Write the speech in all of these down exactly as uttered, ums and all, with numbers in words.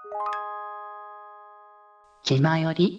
気まより。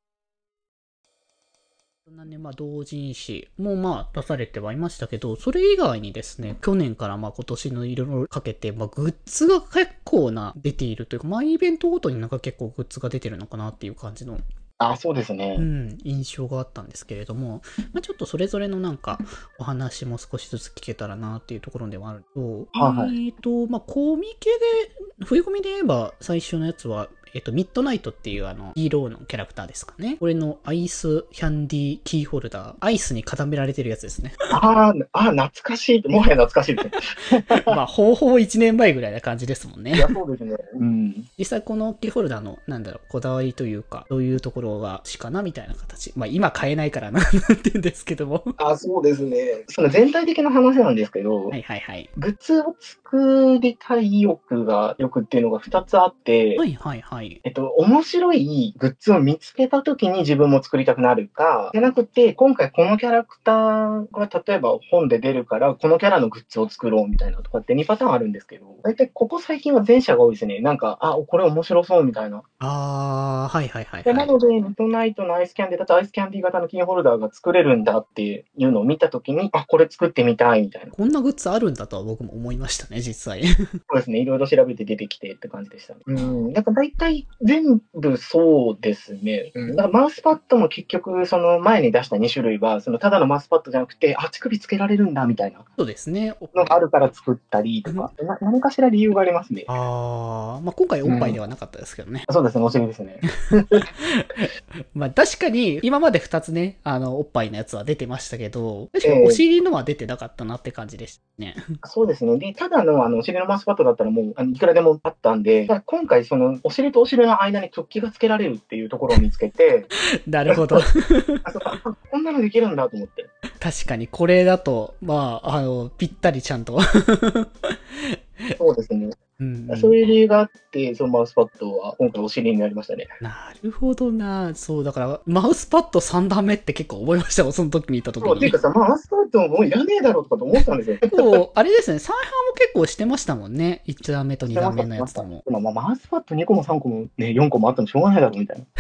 そんなね、まあ、同人誌もまあ出されてはいましたけど、それ以外にですね、去年からまあ今年のいろいろかけて、まあ、グッズが結構な出ているというか、毎イベントごとになんか結構グッズが出てるのかなっていう感じの、 あ、そうですね。 うん、印象があったんですけれども、まあ、ちょっとそれぞれのなんかお話も少しずつ聞けたらなっていうところではあると、えはいはい。 ーと、まあ、コミケで、冬コミで言えば最初のやつは、えっと、ミッドナイトっていうあの、ヒーローのキャラクターですかね。これのアイスキャンディーキーホルダー。アイスに固められてるやつですね。 あーあー、懐かしい。もはや懐かしいですね。 まあ、ほぼほぼいちねんまえぐらいな感じですもんね。 いや、そうですね。うん。 実際このキーホルダーの、なんだろう、こだわりというか、どういうところがしかなみたいな形。まあ、今買えないからな、なんて言うんですけども。 あ、そうですね。その全体的な話なんですけど、 はいはいはい。 グッズを作りたい意欲が、欲っていうのがふたつあって、 はいはいはい。 えっと、面白いグッズを見つけたときに自分も作りたくなるか、じゃなくて、今回このキャラクターが例えば本で出るから、このキャラのグッズを作ろうみたいなとかってにパターンあるんですけど、大体ここ最近は前者が多いですね。なんか、あ、これ面白そうみたいな。 あー、はいはいはいで、 はい。 なので、ミッドナイトのアイスキャンディーだとアイスキャンディー型のキーホルダーが作れるんだっていうのを見たときに、あ、これ作ってみたいみたいな。 こんなグッズあるんだとは僕も思いましたね、実際。 そうですね。いろいろ調べて出てきてって感じでしたね。うん。なんか大体全部そうですね。うん。だからマウスパッドも結局、その前に出したに種類は、そのただのマウスパッドじゃなくて、あ、乳首つけられるんだみたいなそうですね、おっぱい。 のがあるから作ったりとか、な何かしら理由がありますね。 あー、まあ今回おっぱいでうん。 はなかったですけどね。 そうですね。お尻ですね。 まあ確かに、今までふたつね、あの、おっぱいのやつは出てましたけど、確かにおええ、 尻のは出てなかったなって感じでしたね。 そうですね。で、ただのあのお尻のマウスパッドだったらもうあのいくらでもあったんで、ただ今回そのお尻とお尻の間に突起がつけられるっていうところを見つけて、 なるほど。 あ、そうあこんなのできるんだと思って。 確かにこれだと、まあ、あの、ぴったりちゃんと。 そうですね。 うんうん。 そういう理由があって、そのマウスパッドは今回お尻になりましたね。 なるほどな。そう、だから、マウスパッドさん段目って結構思いましたもん、その時にいた時そう、っていうに。 かさ、マウスパッドもういらねえだろうとかと思ってたんですよ。 そう、あれですね、再販も結構してましたもんね。いち段目と2 してました、 段目のしてました。 やつとも。 でも、まあ、マウスパッドにこもさんこもね、よんこもあってもしょうがないだろうみたいな。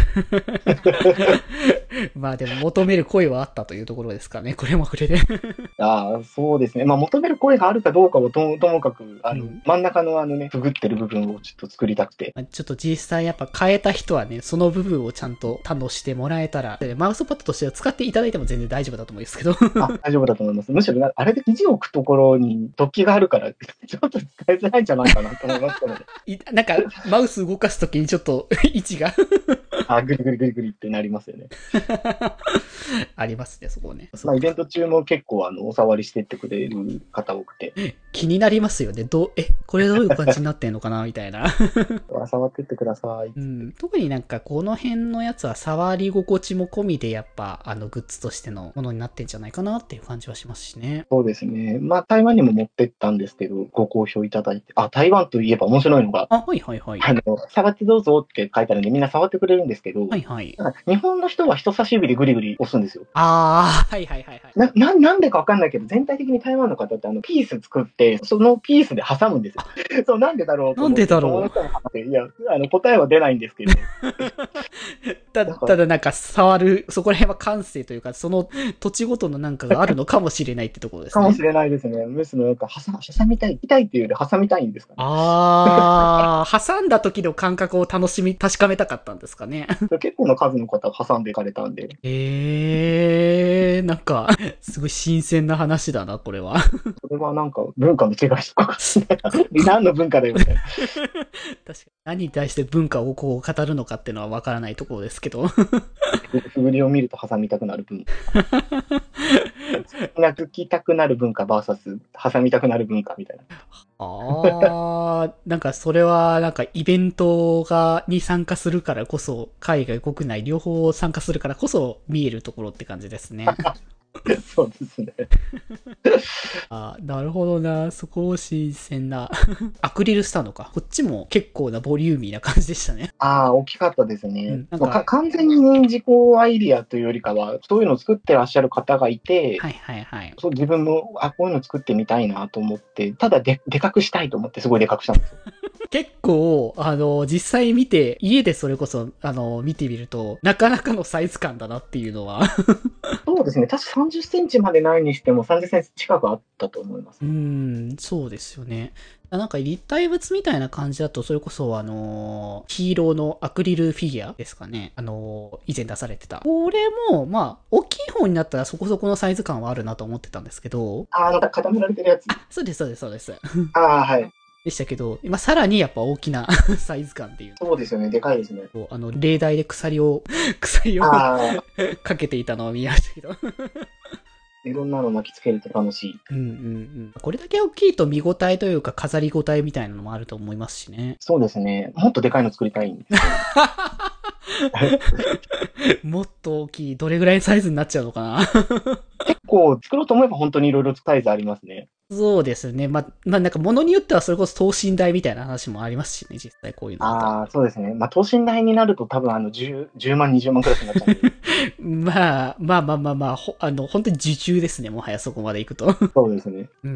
まあでも求める声はあったというところですかね。これもこれで。 ああ、そうですね。まあ、求める声があるかどうかをとともかく、あの、 うん。 真ん中のあのね、くぐってる部分をちょっと作りたくて。 まあちょっと実際やっぱ変えた人はね、その部分をちゃんと堪能してもらえたら、でマウスパッドとしては使っていただいても全然大丈夫だと思うんですけど。 あ、大丈夫だと思います。むしろな、あれで肘を置くところに突起があるから、ちょっと使いづらいんじゃないかなと思いましたので。 いなんか、マウス動かすときにちょっと位置があ、グリグリグリグリってなりますよね。 ありますね、そこね。そまあ、イベンっか。 ト中も結構、あの、お触りしてってくれる方多くて、 気になりますよね。どう、え、これどういう感じになってんのかなみたいな。 あ、触ってってください。 うん。特になんかこの辺のやつは触り心地も込みでやっぱあのグッズとしてのものになってんじゃないかなっていう感じはしますしね。 そうですね。まあ、台湾にも持ってったんですけど、ご好評いただいて、あ、台湾といえば面白いのが、 あ、はいはいはい。 あの、触ってどうぞって書いてあるんで、みんな触ってくれるんですけど、 はいはい。 なんか日本の人は人差し指でグリグリ押すんですよ。 あー、はいはいはいはい。 な、な、なんでかわかんないけど、全体的に台湾の方ってあの、ピース作って、そのピースで挟むんですよ。そう、なんでだろうとなん思って、 でだろ友達とも話して、いや、あの、答えは出ないんですけど、 う。た、 なんか、 ただなんか触る、そこら辺は感性というか、その土地ごとのなんかがあるのかもしれないってところですね。 かもしれないですね。むしろなんか、挟、挟みたい、痛いっていうより挟みたいんですかね。 あー、挟んだ時の感覚を楽しみ、確かめたかったんですかね。 結構な数の方挟んでいかれたんで、 えー、なんか、すごい新鮮な話だな、これは。 それはなんか文化の違いとか、何の文化だよみたいな。 確かに。何に対して文化をこう語るのかっていうのはわからないところですけど。 ふぐりを見ると挟みたくなる文化。なくきたくなる文化 ブイエス 挟みたくなる文化みたいな。 あー、なんかそれはなんかイベントが、に参加するからこそ、海外国内両方参加するからこそ見えるところって感じですね。 そうですね。 あー、なるほどな。そこ新鮮な。アクリルスタンドか。こっちも結構なボリューミーな感じでしたね。 ああ、大きかったですね。 うん、なんまあ、かか、 完全に自己アイディアというよりかは、そういうのを作ってらっしゃる方がいて、 はいはいはい。 そう自分も、あ、こういうの作ってみたいなと思って、ただで、でかくしたいと思ってすごいでかくしたんですよ。 結構、あの、実際見て、家でそれこそ、あの、見てみると、なかなかのサイズ感だなっていうのは。 そうですね。確かさんじゅっセンチまでないにしてもさんじゅっセンチ近くあったと思います。 うーん、そうですよね。なんか立体物みたいな感じだと、それこそあのーヒーローのアクリルフィギュアですかね。あのー以前出されてた。これも、まあ、大きい方になったらそこそこのサイズ感はあるなと思ってたんですけど、 ああ、なんか固められてるやつ。 あ、そうです、そうです、そうです。 ああ、はい。 でしたけど、今さらにやっぱ大きなサイズ感っていう。 そうですよね。でかいですね。 あの、例題で鎖を、鎖をああ、 かけていたのを見ましたけど。 いろんなの巻きつけると楽しい。 うんうんうん。これだけ大きいと見応えというか飾り応えみたいなのもあると思いますしね。 そうですね。もっとでかいの作りたいんですもっと大きい、どれぐらいのサイズになっちゃうのかな。 結構作ろうと思えば本当にいろいろサイズありますね。 そうですね。まあ、まあ、なんか物によってはそれこそ等身大みたいな話もありますしね、実際こういうのだと。 ああ、そうですね。まあ、等身大になると多分あのじゅう、じゅうまん、にじゅうまんクラスになっちゃうんで。 まあ、まあまあまあまあ、ほあの、本当に受注ですね、もはやそこまで行くと。 そうですね。 うんうん。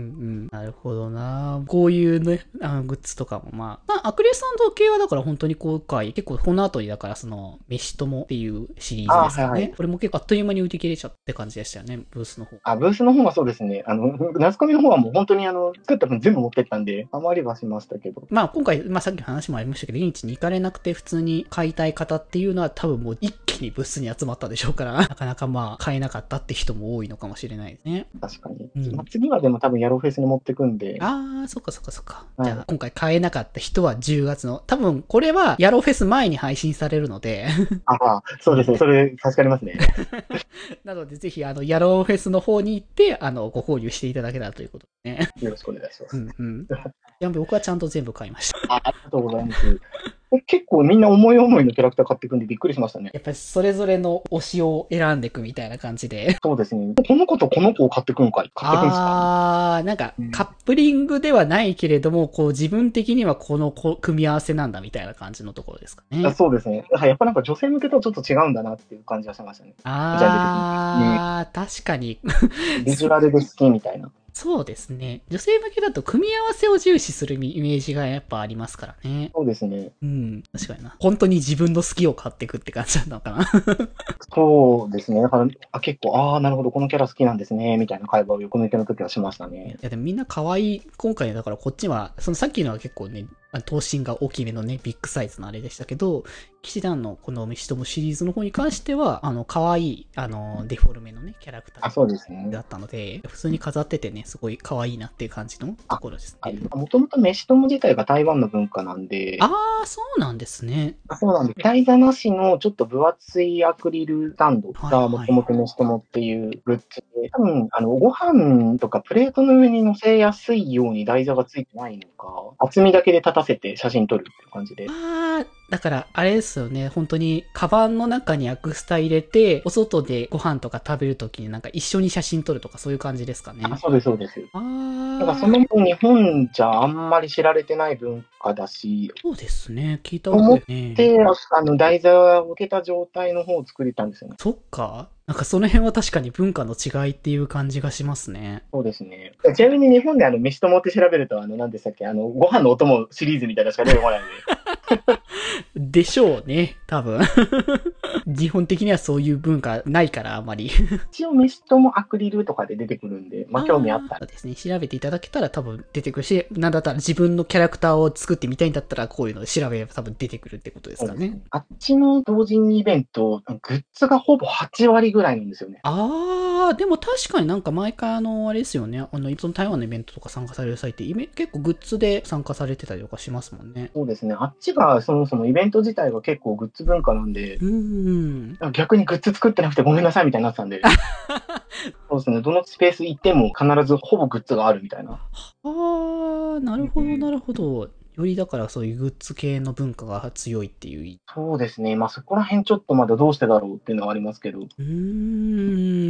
なるほどな。こういうね、あのグッズとかもまあ、まあ、アクリルスタンド系はだから本当に今回、結構この後にだからその、飯友っていうシリーズですかね。 あはいはいこれも結構あっという間に売り切れちゃって感じでしたよね、ブースの方。 あ、ブースの方はそうですね。あの、夏コミの方はもう本当にあの、作った分全部持ってったんで、あまりはしましたけど。 まあ今回、まあさっきの話もありましたけど、現地に行かれなくて普通に買いたい方っていうのは多分もう一気にブースに集まったでしょうから、なかなかまあ買えなかったって人も多いのかもしれないですね。 確かに。 うんまあ、次はでも多分ヤローフェスに持ってくんで。 あー、そっかそっかそっか。 はいじゃあ今回買えなかった人はじゅうがつの、多分これはヤローフェス前に配信されるので、 ああ、そうですね。それ、助かりますね。 なのでぜひあのヤローフェスの方に行って、あの、ご購入していただけたらということでね。 よろしくお願いします。 うんうん。いや僕はちゃんと全部買いました。 あありがとうございます。結構みんな思い思いのキャラクター買っていくんでびっくりしましたね。 やっぱりそれぞれの推しを選んでいくみたいな感じで。 そうですね。この子とこの子を買ってくんかい買ってくんすかあー、なんか、カップリングではないけれども、こう自分的にはこのこ組み合わせなんだみたいな感じのところですかね。 あそうですね。やっぱなんか女性向けとちょっと違うんだなっていう感じがしましたね。 あー、確かに。 ビジュアルで好きみたいな。 そうですね。女性向けだと組み合わせを重視するイメージがやっぱありますからね。 そうですね。 うん、確かにな。本当に自分の好きを買っていくって感じなのかな。 そうですね。だから、あ結構、ああ、なるほど、このキャラ好きなんですね、みたいな会話を横抜けの時はしましたね。 いやでもみんな可愛い。今回だからこっちは、そのさっきのは結構ね、頭身が大きめのね、ビッグサイズのあれでしたけど、騎士団のこの飯友シリーズの方に関しては、あの、可愛い、あの、デフォルメのね、キャラクタあ、そうですね。 ーだったので、普通に飾っててね、すごい可愛いなっていう感じのところですね。 もともと飯友自体が台湾の文化なんで、 あー、そうなんですね。 あそうなんです。台座なしのちょっと分厚いアクリルスタンドがもともと飯友っていうグッズで、多分、あの、ご飯とかプレートの上に乗せやすいように台座がついてないのか、厚みだけで立たせて写真撮るっていう感じで。 あー、だから、あれですよね。本当に、カバンの中にアクスタ入れて、お外でご飯とか食べるときになんか一緒に写真撮るとかそういう感じですかね。 あそうです、そうです。 あー。 だからその日本じゃあんまり知られてない文化だし、 そうですね。聞いたことないね。 で、あの、台座を受けた状態の方を作れたんですよね。 そっか。なんかその辺は確かに文化の違いっていう感じがしますね。 そうですね。ちなみに日本であの、飯友って調べると、あの、何でしたっけ、あの、ご飯のお供シリーズみたいなのしか出てこないのでしょうね。多分。日本的にはそういう文化ないからあまり。 で。一応飯友アクリルとかで出てくるんで、まあ興味あったら。 そうですね。調べていただけたら多分出てくるし、なんだったら自分のキャラクターを作ってみたいんだったらこういうのを調べれば多分出てくるってことですかね。 あっちの同人イベント、グッズがほぼはち割ぐらいなんですよね。 あー、でも確かになんか毎回あの、あれですよね。あの、その台湾のイベントとか参加される際ってイベ、結構グッズで参加されてたりとかしますもんね。 そうですね。あっちがそもそもイベント自体が結構グッズ文化なんで、 うーん。 逆にグッズ作ってなくてごめんなさいみたいになってたんで。そうですね。どのスペース行っても必ずほぼグッズがあるみたいな。 あー、なるほど、なるほど。よりだからそういうグッズ系の文化が強いっていう。 そうですね。まあそこら辺ちょっとまだどうしてだろうっていうのはありますけど。 うーん、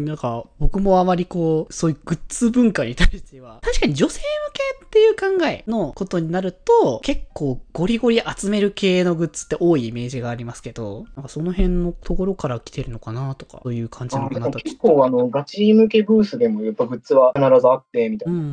なんか、僕もあまりこう、そういうグッズ文化に対しては、確かに女性向けっていう考えのことになると、結構ゴリゴリ集める系のグッズって多いイメージがありますけど、なんかその辺のところから来てるのかなとか、そういう感じなのかなと。 結構あの、ガチ向けブースでもやっぱグッズは必ずあって、みたいな。 うんうんうん。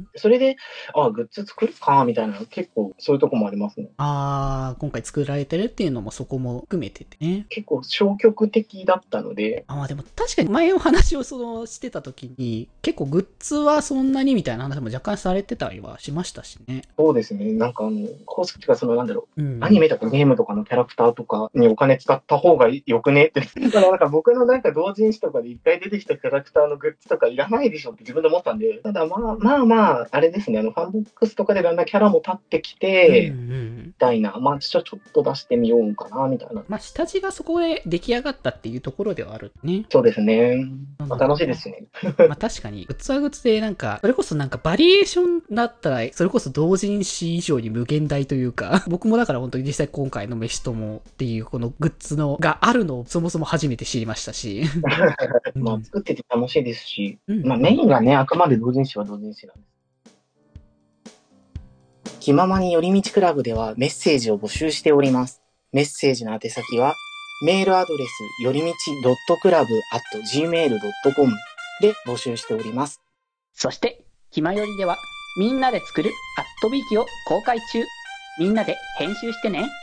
それで、あ、グッズ作るか、みたいな、結構そういうとこもありますね。 あー、今回作られてるっていうのもそこも含めててね。 結構消極的だったので。 あ、まあでも確かに前お話をそのしてた時に、結構グッズはそんなにみたいな話も若干されてたりはしましたしね。 そうですね。なんかあの、公式がそのなんだろう、 うん、 アニメとかゲームとかのキャラクターとかにお金使った方がよくねって。だからなんか僕のなんか同人誌とかで一回出てきたキャラクターのグッズとかいらないでしょって自分で思ったんで。ただまあまあまあ、あれですね。あの、ファンボックスとかでだんだんキャラも立ってきて、うんうん、みたいな。まあ、ちょ、ちょっと出してみようかな、みたいな。 まあ、下地がそこで出来上がったっていうところではあるね。 そうですね。まあ、楽しいですね。 まあ確かに、グッズはグッズでなんか、それこそなんかバリエーションだったら、それこそ同人誌以上に無限大というか、僕もだから本当に実際今回の飯ともっていうこのグッズのがあるのをそもそも初めて知りましたし。 まあ作ってて楽しいですし、 うん、 まあメインがね、あくまで同人誌は同人誌なんです。気ままに寄り道クラブではメッセージを募集しております。メッセージの宛先は、メールアドレス、よりみち .クラブ アット ジーメール ドットコム で募集しております。 そして、気まよりでは、みんなで作るアットビーキを公開中。みんなで編集してね。